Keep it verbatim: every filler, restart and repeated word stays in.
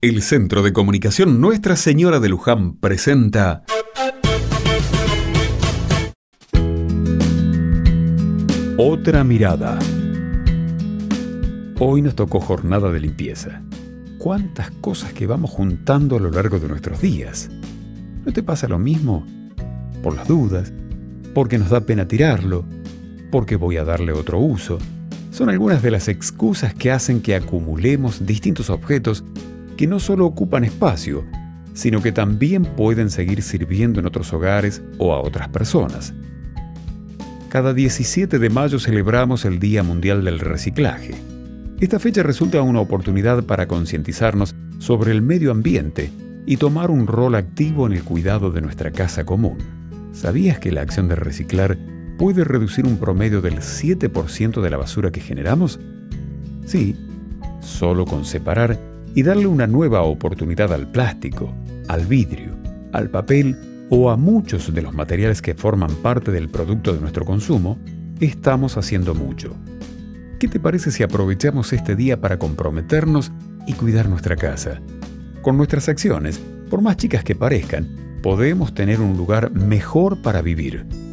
El Centro de Comunicación Nuestra Señora de Luján presenta Otra Mirada. Hoy nos tocó jornada de limpieza. ¿Cuántas cosas que vamos juntando a lo largo de nuestros días? ¿No te pasa lo mismo? Por las dudas, porque nos da pena tirarlo, porque voy a darle otro uso. Son algunas de las excusas que hacen que acumulemos distintos objetos que no solo ocupan espacio, sino que también pueden seguir sirviendo en otros hogares o a otras personas. Cada diecisiete de mayo celebramos el Día Mundial del Reciclaje. Esta fecha resulta una oportunidad para concientizarnos sobre el medio ambiente y tomar un rol activo en el cuidado de nuestra casa común. ¿Sabías que la acción de reciclar puede reducir un promedio del siete por ciento de la basura que generamos? Sí, solo con separar y darle una nueva oportunidad al plástico, al vidrio, al papel o a muchos de los materiales que forman parte del producto de nuestro consumo, estamos haciendo mucho. ¿Qué te parece si aprovechamos este día para comprometernos y cuidar nuestra casa? Con nuestras acciones, por más chicas que parezcan, podemos tener un lugar mejor para vivir.